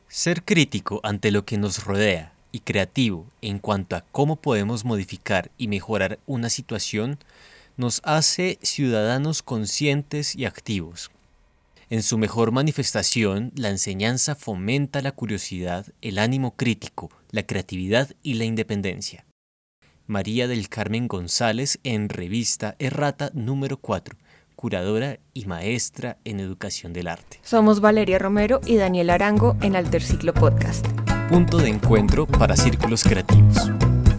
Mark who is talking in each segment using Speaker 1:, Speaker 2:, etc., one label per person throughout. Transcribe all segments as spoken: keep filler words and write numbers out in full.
Speaker 1: Ser crítico ante lo que nos rodea y creativo en cuanto a cómo podemos modificar y mejorar una situación nos hace ciudadanos conscientes y activos. En su mejor manifestación, la enseñanza fomenta la curiosidad, el ánimo crítico, la creatividad y la independencia. María del Carmen González en Revista Errata número cuatro, curadora y maestra en educación del arte.
Speaker 2: Somos Valeria Romero y Daniel Arango en Alterciclo Podcast.
Speaker 1: Punto de encuentro para círculos creativos.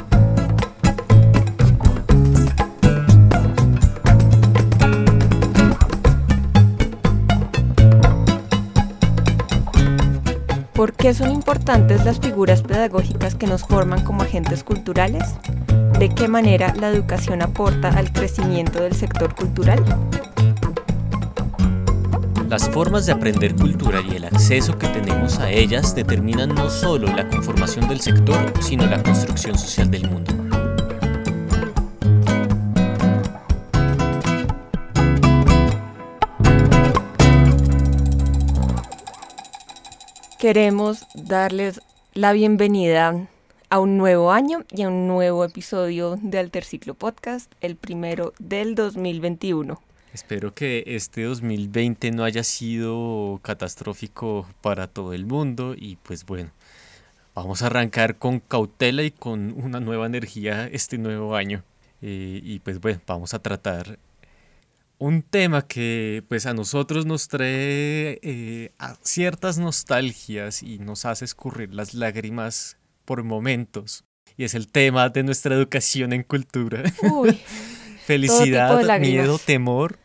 Speaker 2: ¿Por qué son importantes las figuras pedagógicas que nos forman como agentes culturales? ¿De qué manera la educación aporta al crecimiento del sector cultural?
Speaker 1: Las formas de aprender cultura y el acceso que tenemos a ellas determinan no solo la conformación del sector, sino la construcción social del mundo.
Speaker 2: Queremos darles la bienvenida a un nuevo año y a un nuevo episodio de Alterciclo Podcast, el primero del dos mil veintiuno.
Speaker 1: Espero que este dos mil veinte no haya sido catastrófico para todo el mundo y pues bueno, vamos a arrancar con cautela y con una nueva energía este nuevo año. Eh, y pues bueno, vamos a tratar un tema que pues a nosotros nos trae eh, a ciertas nostalgias y nos hace escurrir las lágrimas por momentos. Y es el tema de nuestra educación en cultura.
Speaker 2: Uy,
Speaker 1: felicidad, miedo, temor.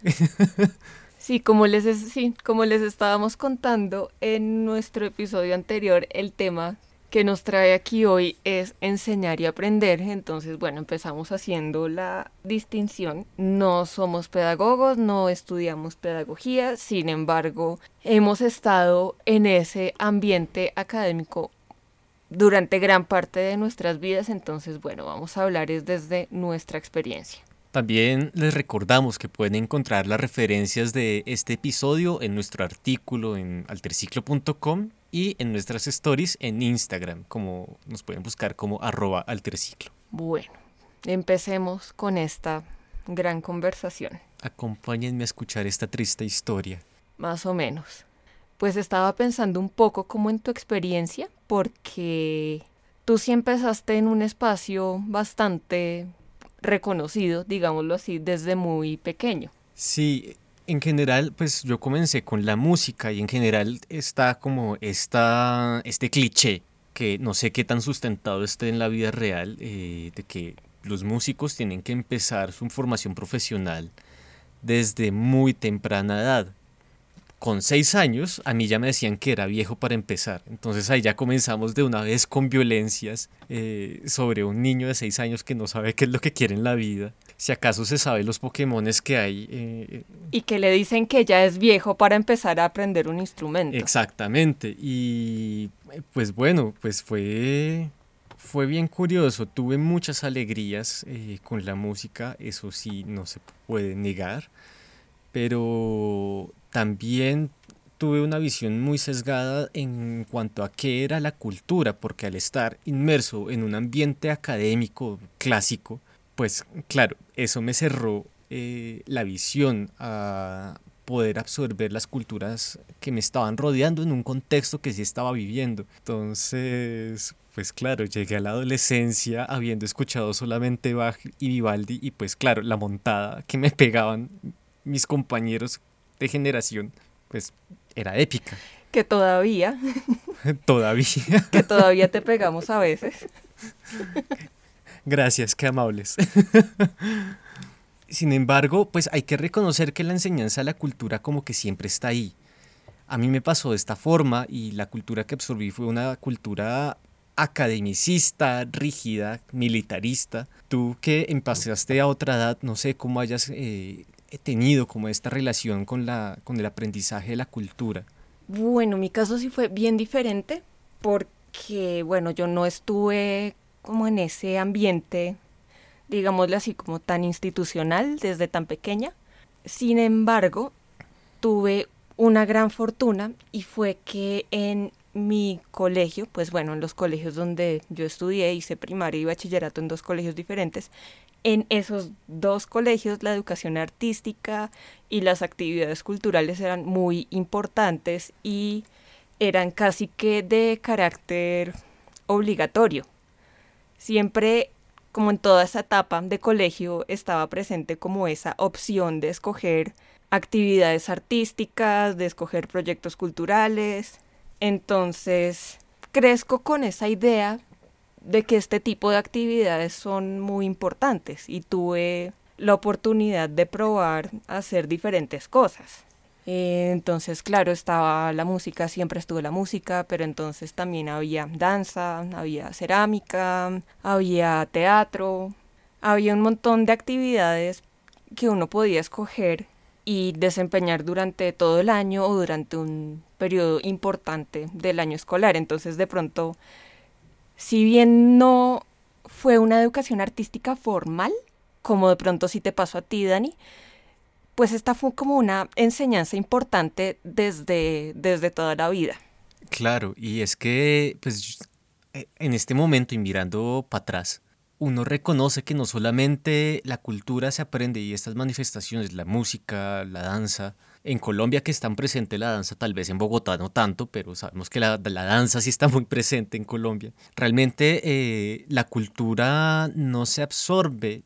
Speaker 2: Sí, como les, es, sí, como les estábamos contando en nuestro episodio anterior, el tema que nos trae aquí hoy es enseñar y aprender. Entonces, bueno, empezamos haciendo la distinción. No somos pedagogos, no estudiamos pedagogía, sin embargo, hemos estado en ese ambiente académico durante gran parte de nuestras vidas. Entonces, bueno, vamos a hablar es desde nuestra experiencia.
Speaker 1: También les recordamos que pueden encontrar las referencias de este episodio en nuestro artículo en alterciclo punto com y en nuestras stories en Instagram, como nos pueden buscar como arroba alterciclo.
Speaker 2: Bueno, empecemos con esta gran conversación.
Speaker 1: Acompáñenme a escuchar esta triste historia.
Speaker 2: Más o menos. Pues estaba pensando un poco como en tu experiencia, porque tú sí empezaste en un espacio bastante reconocido, digámoslo así, desde muy pequeño.
Speaker 1: Sí, en general, pues yo comencé con la música y en general está como esta, este cliché que no sé qué tan sustentado esté en la vida real, eh, de que los músicos tienen que empezar su formación profesional desde muy temprana edad. Con seis años, a mí ya me decían que era viejo para empezar. Entonces ahí ya comenzamos de una vez con violencias eh, sobre un niño de seis años que no sabe qué es lo que quiere en la vida. Si acaso se sabe los Pokémones que hay. Eh,
Speaker 2: y que le dicen que ya es viejo para empezar a aprender un instrumento.
Speaker 1: Exactamente. Y pues bueno, pues fue, fue bien curioso. Tuve muchas alegrías eh, con la música, eso sí no se puede negar. Pero también tuve una visión muy sesgada en cuanto a qué era la cultura, porque al estar inmerso en un ambiente académico clásico, pues claro, eso me cerró eh, la visión a poder absorber las culturas que me estaban rodeando en un contexto que sí estaba viviendo. Entonces, pues claro, llegué a la adolescencia habiendo escuchado solamente Bach y Vivaldi y pues claro, la montada que me pegaban mis compañeros de generación, pues era épica.
Speaker 2: Que todavía.
Speaker 1: Todavía.
Speaker 2: Que todavía te pegamos a veces.
Speaker 1: Gracias, qué amables. Sin embargo, pues hay que reconocer que la enseñanza de la cultura como que siempre está ahí. A mí me pasó de esta forma y la cultura que absorbí fue una cultura academicista, rígida, militarista. Tú que pasaste a otra edad, no sé cómo hayas eh, tenido como esta relación con, la, con el aprendizaje de la cultura.
Speaker 2: Bueno, mi caso sí fue bien diferente porque, bueno, yo no estuve como en ese ambiente, digámoslo así, como tan institucional desde tan pequeña. Sin embargo, tuve una gran fortuna y fue que en mi colegio, pues bueno, en los colegios donde yo estudié, hice primaria y bachillerato en dos colegios diferentes, en esos dos colegios la educación artística y las actividades culturales eran muy importantes y eran casi que de carácter obligatorio. Siempre, como en toda esa etapa de colegio, estaba presente como esa opción de escoger actividades artísticas, de escoger proyectos culturales. Entonces, crezco con esa idea de que este tipo de actividades son muy importantes y tuve la oportunidad de probar hacer diferentes cosas. Eh, entonces, claro, estaba la música, siempre estuvo la música, pero entonces también había danza, había cerámica, había teatro, había un montón de actividades que uno podía escoger y desempeñar durante todo el año o durante un periodo importante del año escolar. Entonces, de pronto, si bien no fue una educación artística formal, como de pronto sí te pasó a ti, Dani, pues esta fue como una enseñanza importante desde, desde toda la vida.
Speaker 1: Claro, y es que, pues, eh, en este momento y mirando para atrás, uno reconoce que no solamente la cultura se aprende y estas manifestaciones, la música, la danza, en Colombia que están presente la danza, tal vez en Bogotá no tanto, pero sabemos que la, la danza sí está muy presente en Colombia. Realmente eh, la cultura no se absorbe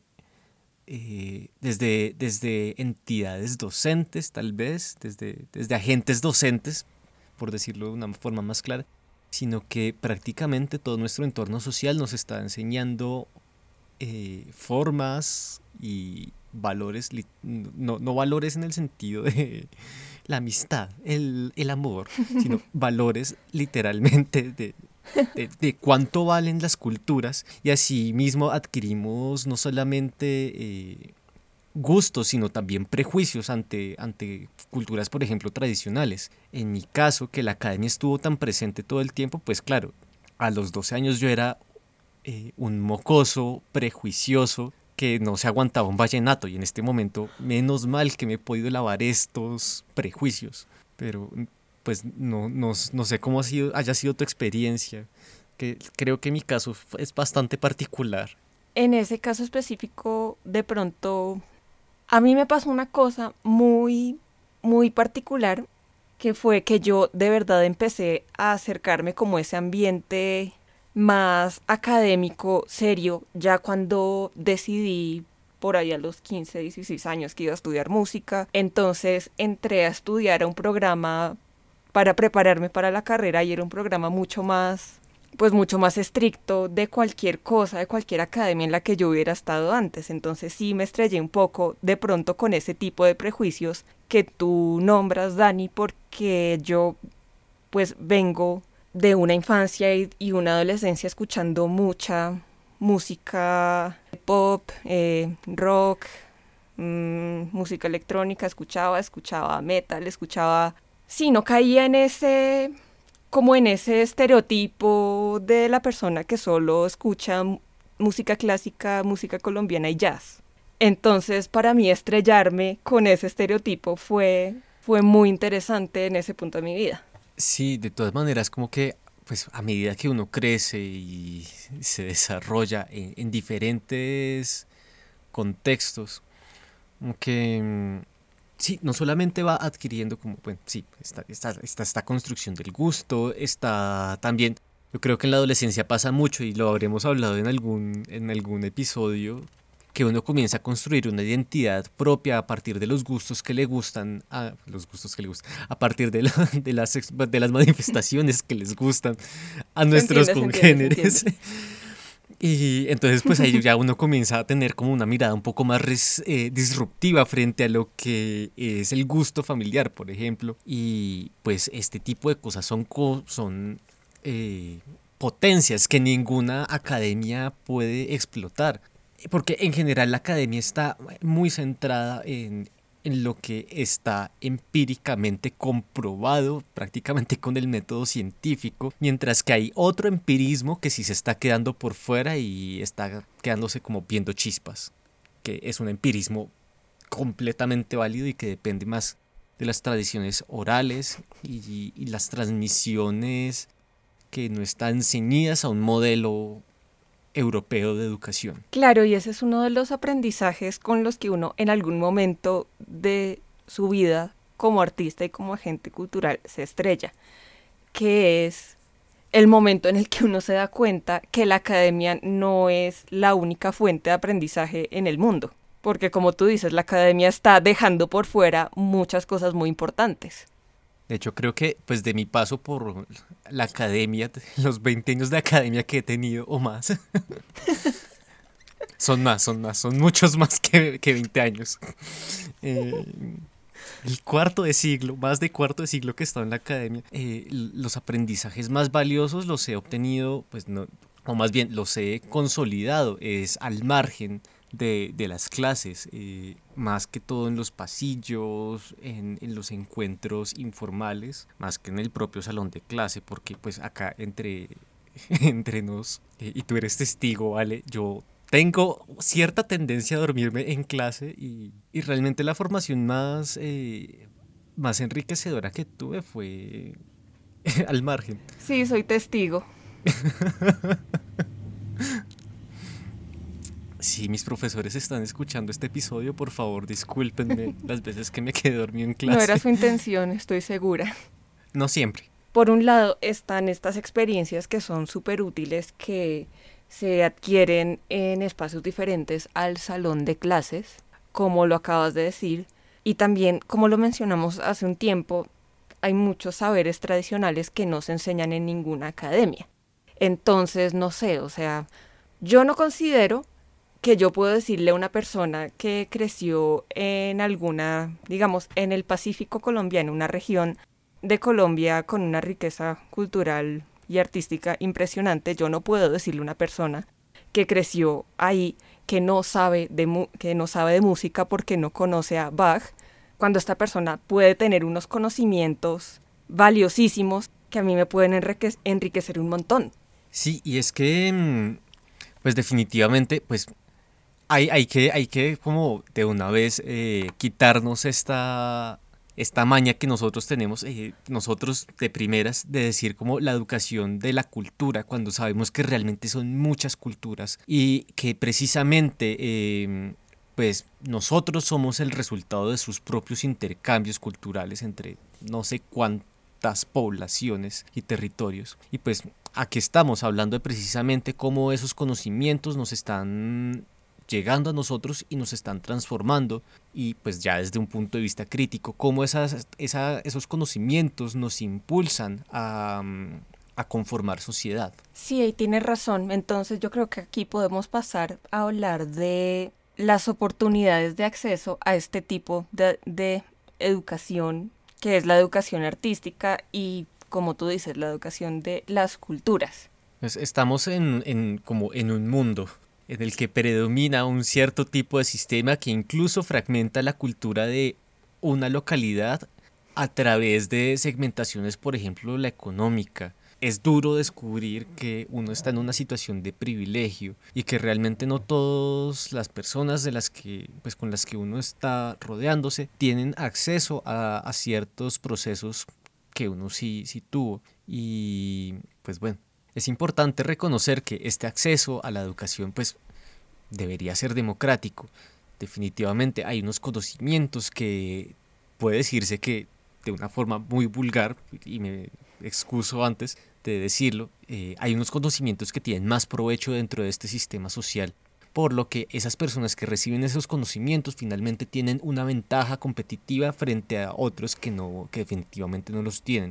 Speaker 1: eh, desde, desde entidades docentes, tal vez, desde, desde agentes docentes, por decirlo de una forma más clara, sino que prácticamente todo nuestro entorno social nos está enseñando eh, formas y valores, no, no valores en el sentido de la amistad, el, el amor, sino valores literalmente de, de, de cuánto valen las culturas y así mismo adquirimos no solamente eh, gustos, sino también prejuicios ante, ante culturas, por ejemplo, tradicionales. En mi caso, que la academia estuvo tan presente todo el tiempo, pues claro, a los doce años yo era eh, un mocoso prejuicioso que no se aguantaba un vallenato y en este momento menos mal que me he podido lavar estos prejuicios, pero pues no, no, no sé cómo ha sido, haya sido tu experiencia, que creo que mi caso es bastante particular.
Speaker 2: En ese caso específico, de pronto, a mí me pasó una cosa muy, muy particular, que fue que yo de verdad empecé a acercarme como a ese ambiente más académico, serio, ya cuando decidí por ahí a los quince, dieciséis años que iba a estudiar música. Entonces entré a estudiar a un programa para prepararme para la carrera y era un programa mucho más, pues mucho más estricto de cualquier cosa, de cualquier academia en la que yo hubiera estado antes. Entonces sí me estrellé un poco de pronto con ese tipo de prejuicios que tú nombras, Dani, porque yo pues vengo de una infancia y, y una adolescencia escuchando mucha música pop, eh, rock, mmm, música electrónica, escuchaba, escuchaba metal, escuchaba... Sí, no caía en ese, como en ese estereotipo de la persona que solo escucha música clásica, música colombiana y jazz. Entonces, para mí estrellarme con ese estereotipo fue, fue muy interesante en ese punto de mi vida.
Speaker 1: Sí, de todas maneras, como que pues a medida que uno crece y se desarrolla en, en diferentes contextos, como que mm, sí, no solamente va adquiriendo como, bueno, sí, está, está, está esta construcción del gusto, está también, yo creo que en la adolescencia pasa mucho y lo habremos hablado en algún, en algún episodio, que uno comienza a construir una identidad propia a partir de los gustos que le gustan, a los gustos que le gustan, a partir de, la, de, las, de las manifestaciones que les gustan a
Speaker 2: Se
Speaker 1: nuestros
Speaker 2: entiende, se entiende, se entiende.
Speaker 1: congéneres. Y entonces pues ahí ya uno comienza a tener como una mirada un poco más res, eh, disruptiva frente a lo que es el gusto familiar, por ejemplo. Y pues este tipo de cosas son, co son eh, potencias que ninguna academia puede explotar. Porque en general la academia está muy centrada en, en lo que está empíricamente comprobado prácticamente con el método científico, mientras que hay otro empirismo que sí se está quedando por fuera y está quedándose como viendo chispas, que es un empirismo completamente válido y que depende más de las tradiciones orales y, y las transmisiones que no están ceñidas a un modelo europeo de educación.
Speaker 2: Claro, y ese es uno de los aprendizajes con los que uno en algún momento de su vida como artista y como agente cultural se estrella, que es el momento en el que uno se da cuenta que la academia no es la única fuente de aprendizaje en el mundo, porque como tú dices, la academia está dejando por fuera muchas cosas muy importantes.
Speaker 1: De hecho, creo que pues de mi paso por la academia, los veinte años de academia que he tenido o más, son más, son más, son muchos más que, que veinte años. Eh, el cuarto de siglo, más de cuarto de siglo que he estado en la academia, eh, los aprendizajes más valiosos los he obtenido, pues no, o más bien los he consolidado, es al margen de, de las clases, eh, más que todo en los pasillos, en, en los encuentros informales, más que en el propio salón de clase, porque pues acá entre, entre nos, eh, y tú eres testigo, ¿vale? Yo tengo cierta tendencia a dormirme en clase y, y realmente la formación más, eh, más enriquecedora que tuve fue al margen.
Speaker 2: Sí, soy testigo.
Speaker 1: Si mis profesores están escuchando este episodio, por favor discúlpenme las veces que me quedé dormido en
Speaker 2: No era
Speaker 1: clase.
Speaker 2: su intención, estoy segura.
Speaker 1: No siempre.
Speaker 2: Por un lado están estas experiencias que son súper útiles, que se adquieren en espacios diferentes al salón de clases, como lo acabas de decir, y también, como lo mencionamos hace un tiempo, hay muchos saberes tradicionales que no se enseñan en ninguna academia. Entonces, no sé, o sea, yo no considero que yo puedo decirle a una persona que creció en alguna, digamos, en el Pacífico colombiano, una región de Colombia con una riqueza cultural y artística impresionante, yo no puedo decirle a una persona que creció ahí, que no sabe de, mu- que no sabe de música porque no conoce a Bach, cuando esta persona puede tener unos conocimientos valiosísimos que a mí me pueden enrique- enriquecer un montón.
Speaker 1: Sí, y es que, mm, pues definitivamente, pues hay, hay que, hay que como de una vez eh, quitarnos esta, esta maña que nosotros tenemos, eh, nosotros de primeras, de decir como la educación de la cultura, cuando sabemos que realmente son muchas culturas y que precisamente eh, pues nosotros somos el resultado de sus propios intercambios culturales entre no sé cuántas poblaciones y territorios. Y pues aquí estamos hablando de precisamente cómo esos conocimientos nos están llegando a nosotros y nos están transformando y pues ya desde un punto de vista crítico, cómo esas, esa, esos conocimientos nos impulsan a, a conformar sociedad.
Speaker 2: Sí, ahí tienes razón. Entonces yo creo que aquí podemos pasar a hablar de las oportunidades de acceso a este tipo de, de educación, que es la educación artística y, como tú dices, la educación de las culturas.
Speaker 1: Pues estamos en, en, como en un mundo en el que predomina un cierto tipo de sistema que incluso fragmenta la cultura de una localidad a través de segmentaciones, por ejemplo, la económica. Es duro descubrir que uno está en una situación de privilegio y que realmente no todas las personas de las que, pues, con las que uno está rodeándose tienen acceso a, a ciertos procesos que uno sí, sí tuvo. Y pues bueno, es importante reconocer que este acceso a la educación pues debería ser democrático. Definitivamente hay unos conocimientos que puede decirse que de una forma muy vulgar, y me excuso antes de decirlo, eh, hay unos conocimientos que tienen más provecho dentro de este sistema social, por lo que esas personas que reciben esos conocimientos finalmente tienen una ventaja competitiva frente a otros que, no, que definitivamente no los tienen.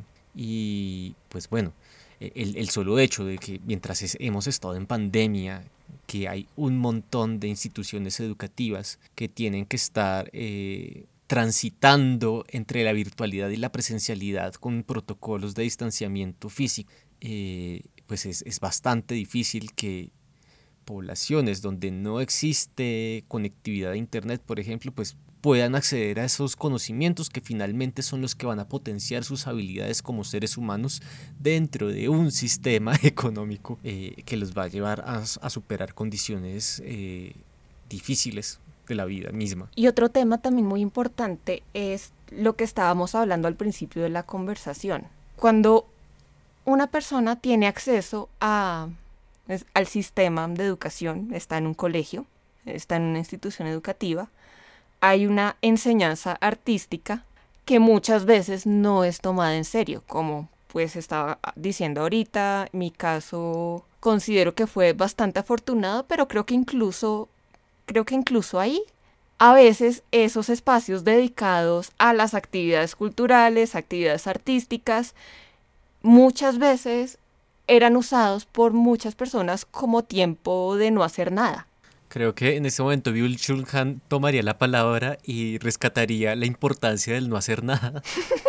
Speaker 1: Y pues bueno, el, el solo hecho de que mientras es, hemos estado en pandemia, que hay un montón de instituciones educativas que tienen que estar eh, transitando entre la virtualidad y la presencialidad con protocolos de distanciamiento físico, eh, pues es, es bastante difícil que poblaciones donde no existe conectividad a internet, por ejemplo, pues puedan acceder a esos conocimientos que finalmente son los que van a potenciar sus habilidades como seres humanos dentro de un sistema económico eh, que los va a llevar a, a superar condiciones eh, difíciles de la vida misma.
Speaker 2: Y otro tema también muy importante es lo que estábamos hablando al principio de la conversación. Cuando una persona tiene acceso a, es, al sistema de educación, está en un colegio, está en una institución educativa, hay una enseñanza artística que muchas veces no es tomada en serio, como pues estaba diciendo ahorita, mi caso considero que fue bastante afortunado, pero creo que incluso, creo que incluso ahí, a veces esos espacios dedicados a las actividades culturales, actividades artísticas, muchas veces eran usados por muchas personas como tiempo de no hacer nada.
Speaker 1: Creo que en ese momento Byul Chul Han tomaría la palabra y rescataría la importancia del no hacer nada.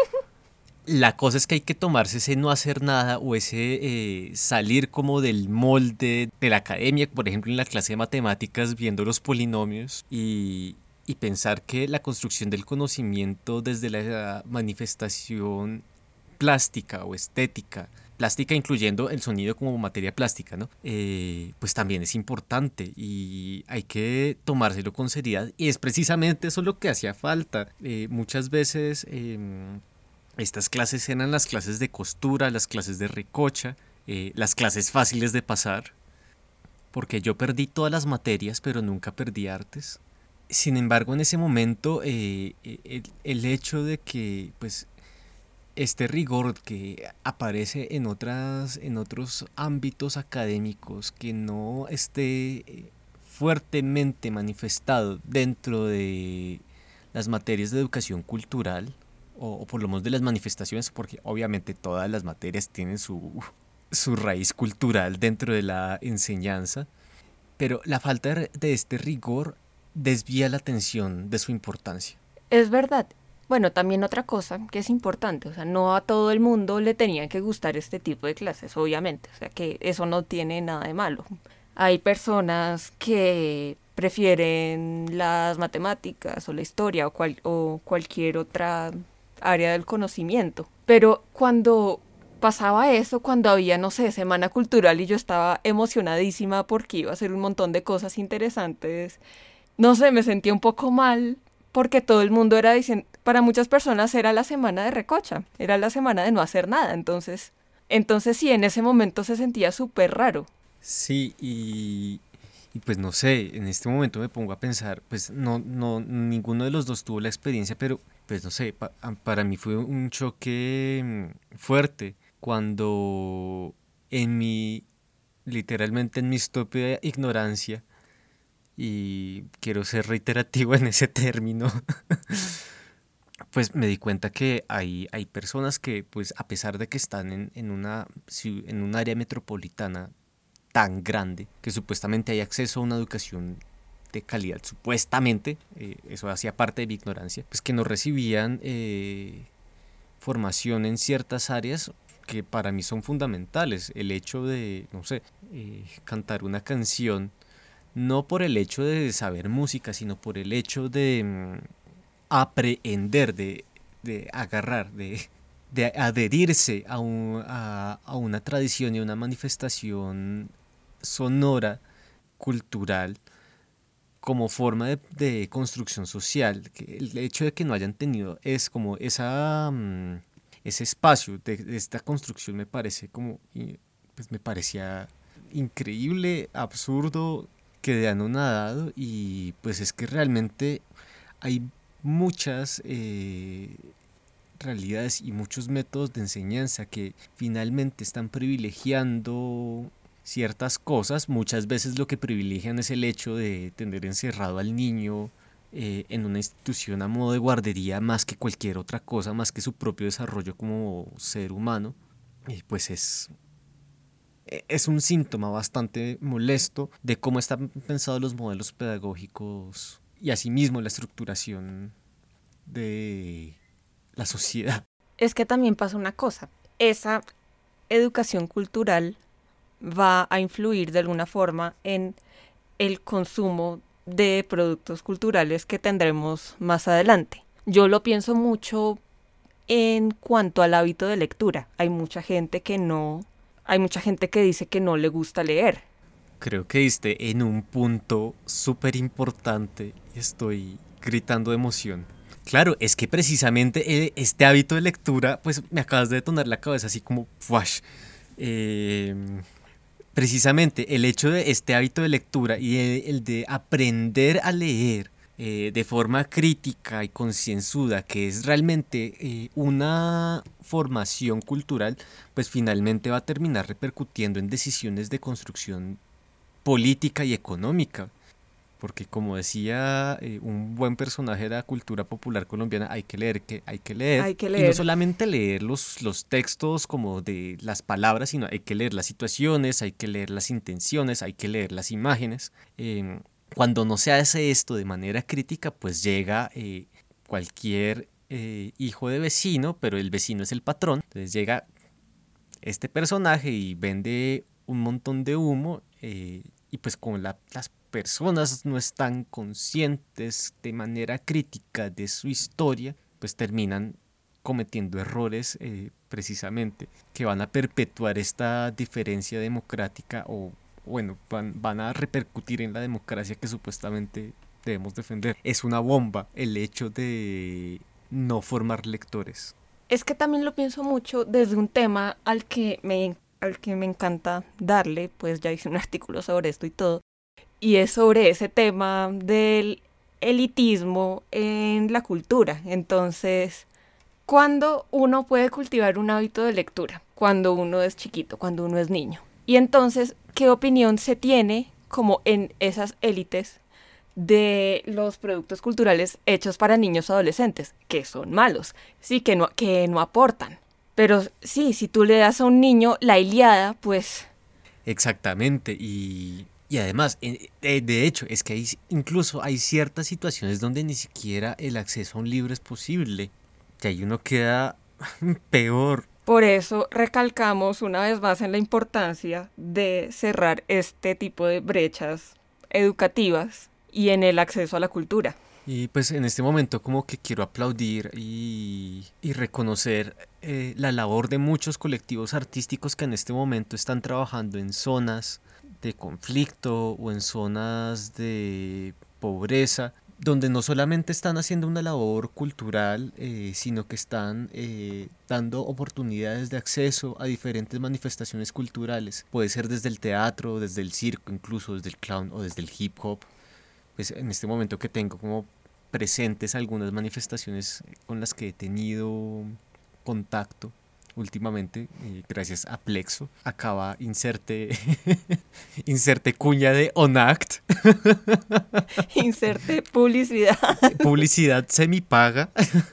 Speaker 1: La cosa es que hay que tomarse ese no hacer nada o ese eh, salir como del molde de la academia, por ejemplo en la clase de matemáticas viendo los polinomios y, y pensar que la construcción del conocimiento desde la manifestación plástica o estética, plástica incluyendo el sonido como materia plástica, ¿no? Eh, pues también es importante y hay que tomárselo con seriedad y es precisamente eso lo que hacía falta. Eh, muchas veces eh, estas clases eran las clases de costura, las clases de recocha, eh, las clases fáciles de pasar, porque yo perdí todas las materias pero nunca perdí artes. Sin embargo, en ese momento eh, el, el hecho de que pues este rigor que aparece en otras en otros ámbitos académicos que no esté fuertemente manifestado dentro de las materias de educación cultural o, o por lo menos de las manifestaciones, porque obviamente todas las materias tienen su su raíz cultural dentro de la enseñanza, pero la falta de, de este rigor desvía la atención de su importancia.
Speaker 2: Es verdad. Bueno, también otra cosa que es importante, o sea, no a todo el mundo le tenía que gustar este tipo de clases, obviamente, o sea, que eso no tiene nada de malo. Hay personas que prefieren las matemáticas o la historia o, cual, o cualquier otra área del conocimiento, pero cuando pasaba eso, cuando había, no sé, semana cultural y yo estaba emocionadísima porque iba a hacer un montón de cosas interesantes, no sé, me sentía un poco mal porque todo el mundo era diciendo, para muchas personas era la semana de recocha, era la semana de no hacer nada, entonces, entonces sí, en ese momento se sentía súper raro.
Speaker 1: Sí, y, y pues no sé, en este momento me pongo a pensar, pues no, no, ninguno de los dos tuvo la experiencia, pero pues no sé, pa- a- para mí fue un choque mm, fuerte cuando en mi, literalmente en mi estúpida ignorancia, y quiero ser reiterativo en ese término, pues me di cuenta que hay, hay personas que, pues a pesar de que están en, en una, ciu- en un área metropolitana tan grande, que supuestamente hay acceso a una educación de calidad, supuestamente, eh, eso hacía parte de mi ignorancia, pues que no recibían eh, formación en ciertas áreas que para mí son fundamentales. El hecho de, no sé, eh, cantar una canción, no por el hecho de saber música, sino por el hecho de mm, aprehender, de, de agarrar, de, de adherirse a, un- a- a una tradición y una manifestación sonora, cultural, como forma de, de construcción social. Que el hecho de que no hayan tenido es como esa, mm, ese espacio de, de esta construcción me parece como, y, pues me parecía increíble, absurdo, que de anonadado y pues es que realmente hay muchas eh, realidades y muchos métodos de enseñanza que finalmente están privilegiando ciertas cosas. Muchas veces lo que privilegian es el hecho de tener encerrado al niño eh, en una institución a modo de guardería más que cualquier otra cosa, más que su propio desarrollo como ser humano. Y pues es, e, es un síntoma bastante molesto de cómo están pensados los modelos pedagógicos y asimismo la estructuración de la sociedad.
Speaker 2: Es que también pasa una cosa, esa educación cultural va a influir de alguna forma en el consumo de productos culturales que tendremos más adelante. Yo lo pienso mucho en cuanto al hábito de lectura. Hay mucha gente que no, hay mucha gente que dice que no le gusta leer.
Speaker 1: Creo que diste en un punto súper importante y estoy gritando de emoción. Claro, es que precisamente eh, este hábito de lectura, pues me acabas de detonar la cabeza así como, ¡fuash! Eh, Precisamente el hecho de este hábito de lectura y el, el de aprender a leer eh, de forma crítica y concienzuda, que es realmente eh, una formación cultural, pues finalmente va a terminar repercutiendo en decisiones de construcción política y económica. Porque como decía eh, un buen personaje de la cultura popular colombiana, hay que leer, que hay que leer.
Speaker 2: Hay que
Speaker 1: Y no
Speaker 2: leer.
Speaker 1: solamente leer los, los textos como de las palabras, sino hay que leer las situaciones, hay que leer las intenciones, hay que leer las imágenes. Eh, cuando no se hace esto de manera crítica, pues llega eh, cualquier eh, hijo de vecino, pero el vecino es el patrón. Entonces llega este personaje y vende un montón de humo eh, y pues como la, las personas no están conscientes de manera crítica de su historia, pues terminan cometiendo errores eh, precisamente que van a perpetuar esta diferencia democrática o bueno, van, van a repercutir en la democracia que supuestamente debemos defender. Es una bomba el hecho de no formar lectores.
Speaker 2: Es que también lo pienso mucho desde un tema al que me, al que me encanta darle, pues ya hice un artículo sobre esto y todo, y es sobre ese tema del elitismo en la cultura. Entonces, ¿cuándo uno puede cultivar un hábito de lectura? Cuando uno es chiquito, cuando uno es niño. Y entonces, ¿qué opinión se tiene como en esas élites de los productos culturales hechos para niños o adolescentes, que son malos, sí, que no, que no aportan? Pero sí, si tú le das a un niño la Ilíada, pues
Speaker 1: Exactamente, y, y además, eh, eh, de hecho, es que hay, incluso hay ciertas situaciones donde ni siquiera el acceso a un libro es posible, que ahí uno queda peor.
Speaker 2: por eso recalcamos una vez más en la importancia de cerrar este tipo de brechas educativas y en el acceso a la cultura.
Speaker 1: Y pues en este momento como que quiero aplaudir y, y reconocer eh, la labor de muchos colectivos artísticos que en este momento están trabajando en zonas de conflicto o en zonas de pobreza, donde no solamente están haciendo una labor cultural, eh, sino que están eh, dando oportunidades de acceso a diferentes manifestaciones culturales. Puede ser desde el teatro, desde el circo, incluso desde el clown o desde el hip hop. Pues en este momento que tengo como presentes algunas manifestaciones con las que he tenido contacto últimamente, eh, gracias a Plexo. Acaba inserte, inserte cuña de ONACT,
Speaker 2: Inserte publicidad.
Speaker 1: publicidad semipaga.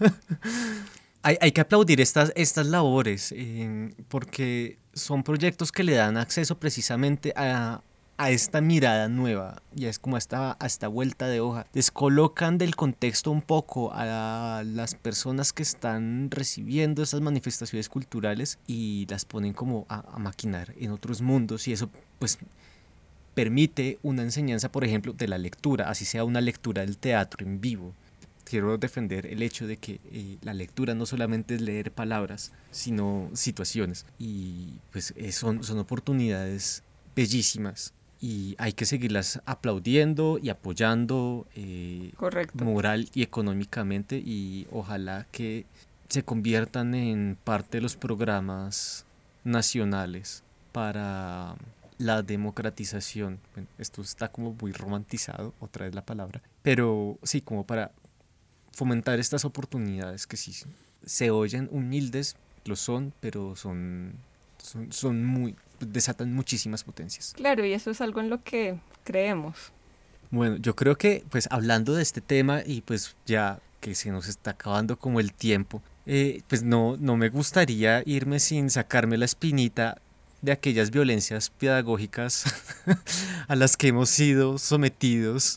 Speaker 1: hay, hay que aplaudir estas, estas labores eh, porque son proyectos que le dan acceso precisamente a, a esta mirada nueva y es como a esta, a esta vuelta de hoja. Descolocan del contexto un poco a las personas que están recibiendo esas manifestaciones culturales y las ponen como a, a maquinar en otros mundos y eso pues permite una enseñanza, por ejemplo, de la lectura, así sea una lectura del teatro en vivo. Quiero defender el hecho de que eh, la lectura no solamente es leer palabras, sino situaciones. Y pues eh, son, son oportunidades bellísimas y hay que seguirlas aplaudiendo y apoyando eh,
Speaker 2: Correcto.
Speaker 1: moral y económicamente y ojalá que se conviertan en parte de los programas nacionales para la democratización. Bueno, esto está como muy romantizado, otra vez la palabra, pero sí, como para fomentar estas oportunidades que sí se oyen humildes, lo son, pero son, son, son muy, desatan muchísimas potencias.
Speaker 2: Claro, y eso es algo en lo que creemos.
Speaker 1: Bueno, yo creo que pues hablando de este tema y pues ya que se nos está acabando como el tiempo, eh, pues no, no me gustaría irme sin sacarme la espinita de aquellas violencias pedagógicas a las que hemos sido sometidos.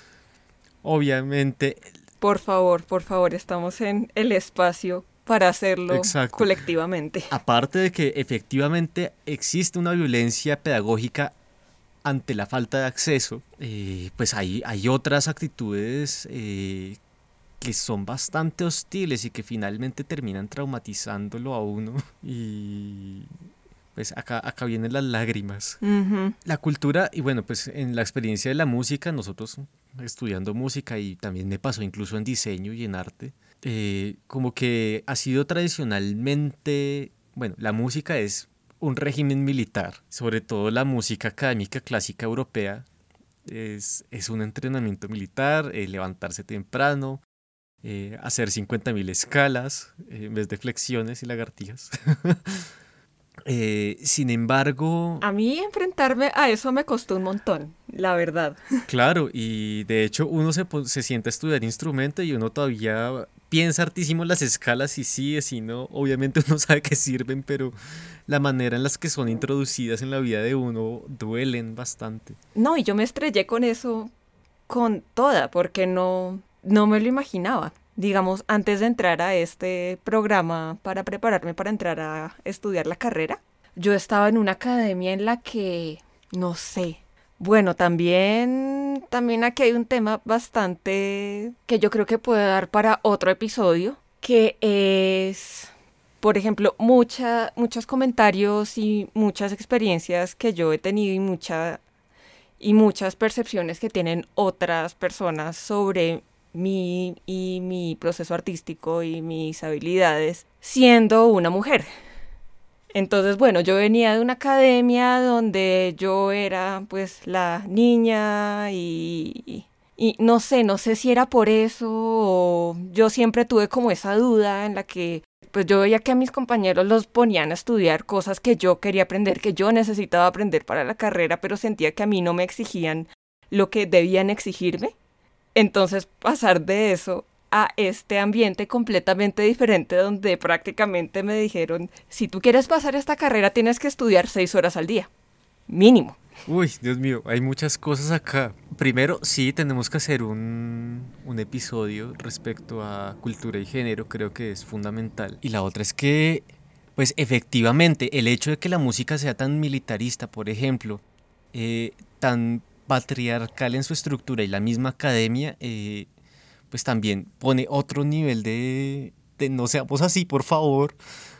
Speaker 1: Obviamente,
Speaker 2: Por favor, por favor, estamos en el espacio para hacerlo
Speaker 1: exacto.
Speaker 2: colectivamente.
Speaker 1: Aparte de que efectivamente existe una violencia pedagógica ante la falta de acceso, eh, pues hay, hay otras actitudes eh, que son bastante hostiles y que finalmente terminan traumatizándolo a uno. Y pues acá, acá vienen las lágrimas.
Speaker 2: Uh-huh.
Speaker 1: La cultura, y bueno, pues en la experiencia de la música, nosotros estudiando música y también me pasó incluso en diseño y en arte, eh, como que ha sido tradicionalmente, bueno, la música es un régimen militar, sobre todo la música académica clásica europea, es, es un entrenamiento militar, eh, levantarse temprano, eh, hacer cincuenta mil escalas eh, en vez de flexiones y lagartijas. Eh, sin embargo,
Speaker 2: A mí enfrentarme a eso me costó un montón, la verdad.
Speaker 1: claro, y de hecho uno se, pon- se sienta a estudiar instrumento y uno todavía piensa hartísimo las escalas y sí, y sí, no, obviamente uno sabe que sirven, pero la manera en las que son introducidas en la vida de uno duelen bastante.
Speaker 2: No, y yo me estrellé con eso con toda, porque no, no me lo imaginaba. Digamos, antes de entrar a este programa para prepararme para entrar a estudiar la carrera, yo estaba en una academia en la que, no sé, bueno, también, también aquí hay un tema bastante que yo creo que puede dar para otro episodio, que es, por ejemplo, mucha, muchos comentarios y muchas experiencias que yo he tenido y mucha y muchas percepciones que tienen otras personas sobre mí y mi proceso artístico y mis habilidades siendo una mujer. Entonces, bueno, yo venía de una academia donde yo era pues la niña y, y no sé, no sé si era por eso o yo siempre tuve como esa duda en la que pues yo veía que a mis compañeros los ponían a estudiar cosas que yo quería aprender, que yo necesitaba aprender para la carrera, pero sentía que a mí no me exigían lo que debían exigirme. Entonces pasar de eso a este ambiente completamente diferente donde prácticamente me dijeron, si tú quieres pasar esta carrera tienes que estudiar seis horas al día, mínimo.
Speaker 1: Uy, Dios mío, hay muchas cosas acá. Primero, sí, tenemos que hacer un, un episodio respecto a cultura y género, creo que es fundamental. Y la otra es que, pues efectivamente, el hecho de que la música sea tan militarista, por ejemplo, eh, tan patriarcal en su estructura y la misma academia, eh, pues también pone otro nivel de, de no seamos así, por favor,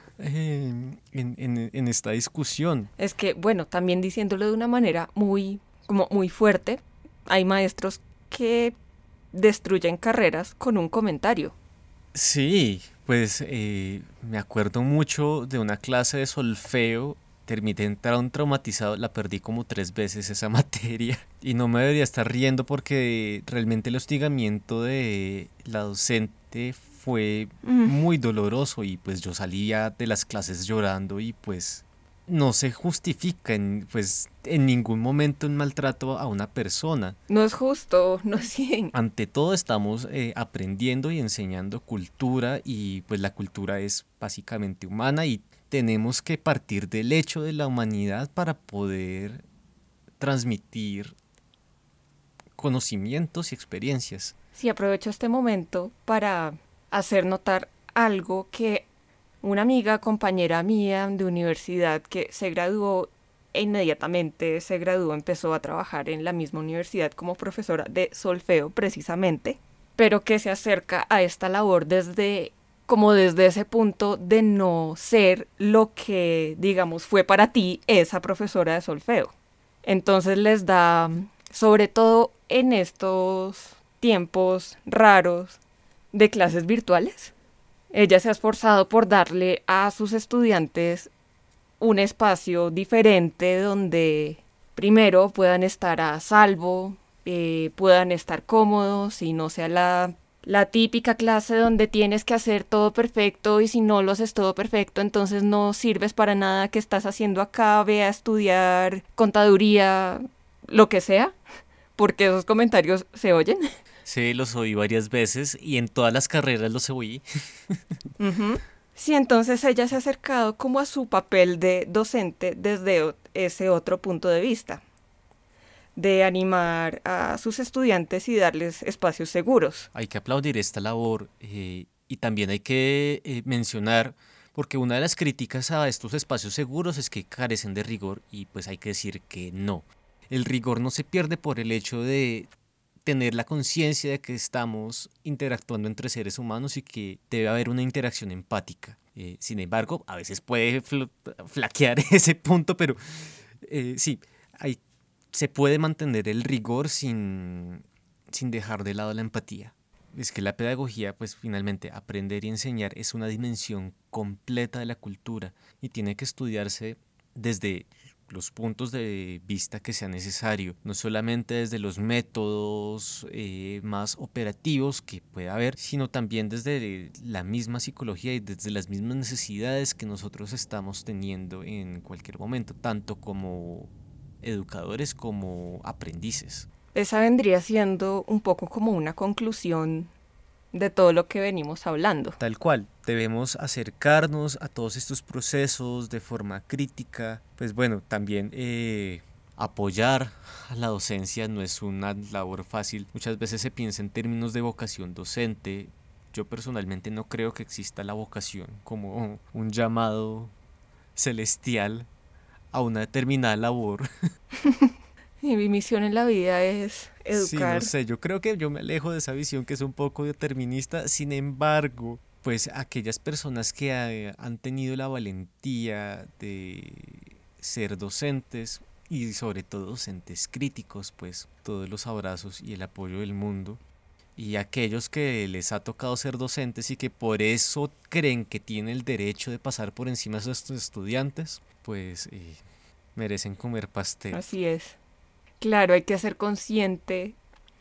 Speaker 1: eh, en, en en esta discusión.
Speaker 2: Es que, bueno, también diciéndolo de una manera muy, como muy fuerte, hay maestros que destruyen carreras con un comentario.
Speaker 1: Sí, pues eh, me acuerdo mucho de una clase de solfeo. Terminé tan traumatizado, la perdí como tres veces esa materia. Y no me debería estar riendo porque realmente el hostigamiento de la docente fue
Speaker 2: Mm,
Speaker 1: muy doloroso y pues yo salía de las clases llorando y pues no se justifica en, pues, en ningún momento un maltrato a una persona.
Speaker 2: no es justo, no es bien.
Speaker 1: Ante todo estamos eh, aprendiendo y enseñando cultura y pues la cultura es básicamente humana y tenemos que partir del hecho de la humanidad para poder transmitir conocimientos y experiencias.
Speaker 2: Sí, aprovecho este momento para hacer notar algo que una amiga, compañera mía de universidad que se graduó e inmediatamente se graduó, empezó a trabajar en la misma universidad como profesora de solfeo precisamente, pero que se acerca a esta labor desde como desde ese punto de no ser lo que digamos fue para ti esa profesora de solfeo. Entonces les da, sobre todo en estos tiempos raros de clases virtuales, ella se ha esforzado por darle a sus estudiantes un espacio diferente donde primero puedan estar a salvo, eh, puedan estar cómodos y no sea la, la típica clase donde tienes que hacer todo perfecto y si no lo haces todo perfecto entonces no sirves para nada que estás haciendo acá, ve a estudiar contaduría, lo que sea, porque esos comentarios se oyen.
Speaker 1: Sí, los oí varias veces y en todas las carreras los oí.
Speaker 2: Ujú. Sí, entonces ella se ha acercado como a su papel de docente desde o- ese otro punto de vista, de animar a sus estudiantes y darles espacios seguros.
Speaker 1: Hay que aplaudir esta labor eh, y también hay que eh, mencionar, porque una de las críticas a estos espacios seguros es que carecen de rigor y pues hay que decir que no. El rigor no se pierde por el hecho de tener la conciencia de que estamos interactuando entre seres humanos y que debe haber una interacción empática. Eh, sin embargo, a veces puede fl- flaquear ese punto, pero eh, sí, hay, se puede mantener el rigor sin, sin dejar de lado la empatía. Es que la pedagogía, pues finalmente, aprender y enseñar es una dimensión completa de la cultura y tiene que estudiarse desde los puntos de vista que sea necesario, no solamente desde los métodos eh, más operativos que pueda haber, sino también desde la misma psicología y desde las mismas necesidades que nosotros estamos teniendo en cualquier momento, tanto como educadores como aprendices.
Speaker 2: Esa vendría siendo un poco como una conclusión de todo lo que venimos hablando.
Speaker 1: Tal cual, debemos acercarnos a todos estos procesos de forma crítica. Pues bueno, también eh, apoyar a la docencia no es una labor fácil. Muchas veces se piensa en términos de vocación docente. Yo personalmente no creo que exista la vocación como un llamado celestial a una determinada labor.
Speaker 2: Y mi misión en la vida es educar.
Speaker 1: Sí, no sé, yo creo que yo me alejo de esa visión que es un poco determinista. Sin embargo, pues aquellas personas que ha, han tenido la valentía de ser docentes y sobre todo docentes críticos, pues todos los abrazos y el apoyo del mundo. Y aquellos que les ha tocado ser docentes y que por eso creen que tienen el derecho de pasar por encima de sus estudiantes, pues eh, merecen comer pastel.
Speaker 2: Así es. Claro, hay que ser consciente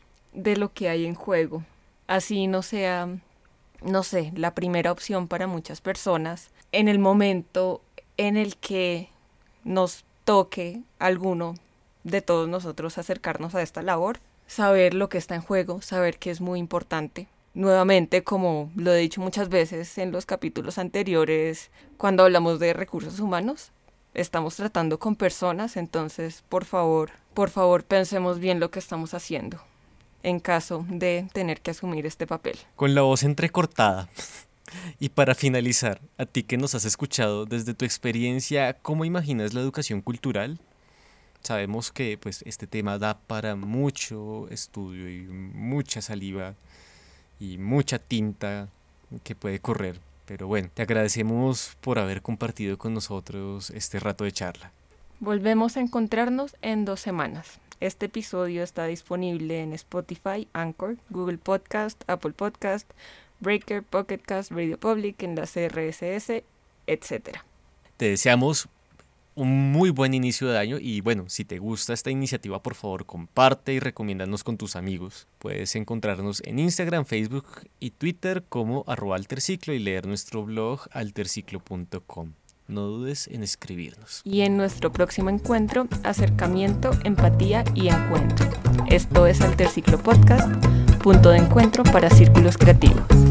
Speaker 2: de lo que hay en juego. Así no sea, no sé, la primera opción para muchas personas. En el momento en el que nos toque alguno de todos nosotros acercarnos a esta labor, saber lo que está en juego, saber que es muy importante. Nuevamente, como lo he dicho muchas veces en los capítulos anteriores, cuando hablamos de recursos humanos, estamos tratando con personas, entonces por favor, por favor pensemos bien lo que estamos haciendo en caso de tener que asumir este papel.
Speaker 1: Con la voz entrecortada. Y para finalizar, a ti que nos has escuchado, desde tu experiencia, ¿cómo imaginas la educación cultural? Sabemos que pues este tema da para mucho estudio y mucha saliva y mucha tinta que puede correr. Pero bueno, te agradecemos por haber compartido con nosotros este rato de charla.
Speaker 2: Volvemos a encontrarnos en dos semanas. Este episodio está disponible en Spotify, Anchor, Google Podcast, Apple Podcast, Breaker, Pocket Cast, Radio Public, Enlace R S S, etcétera.
Speaker 1: Te deseamos un muy buen inicio de año y bueno, si te gusta esta iniciativa, por favor comparte y recomiéndanos con tus amigos. Puedes encontrarnos en Instagram, Facebook y Twitter como arroba alterciclo y leer nuestro blog alterciclo punto com. No dudes en escribirnos.
Speaker 2: Y en nuestro próximo encuentro, acercamiento, empatía y encuentro. Esto es Alterciclo Podcast, punto de encuentro para círculos creativos.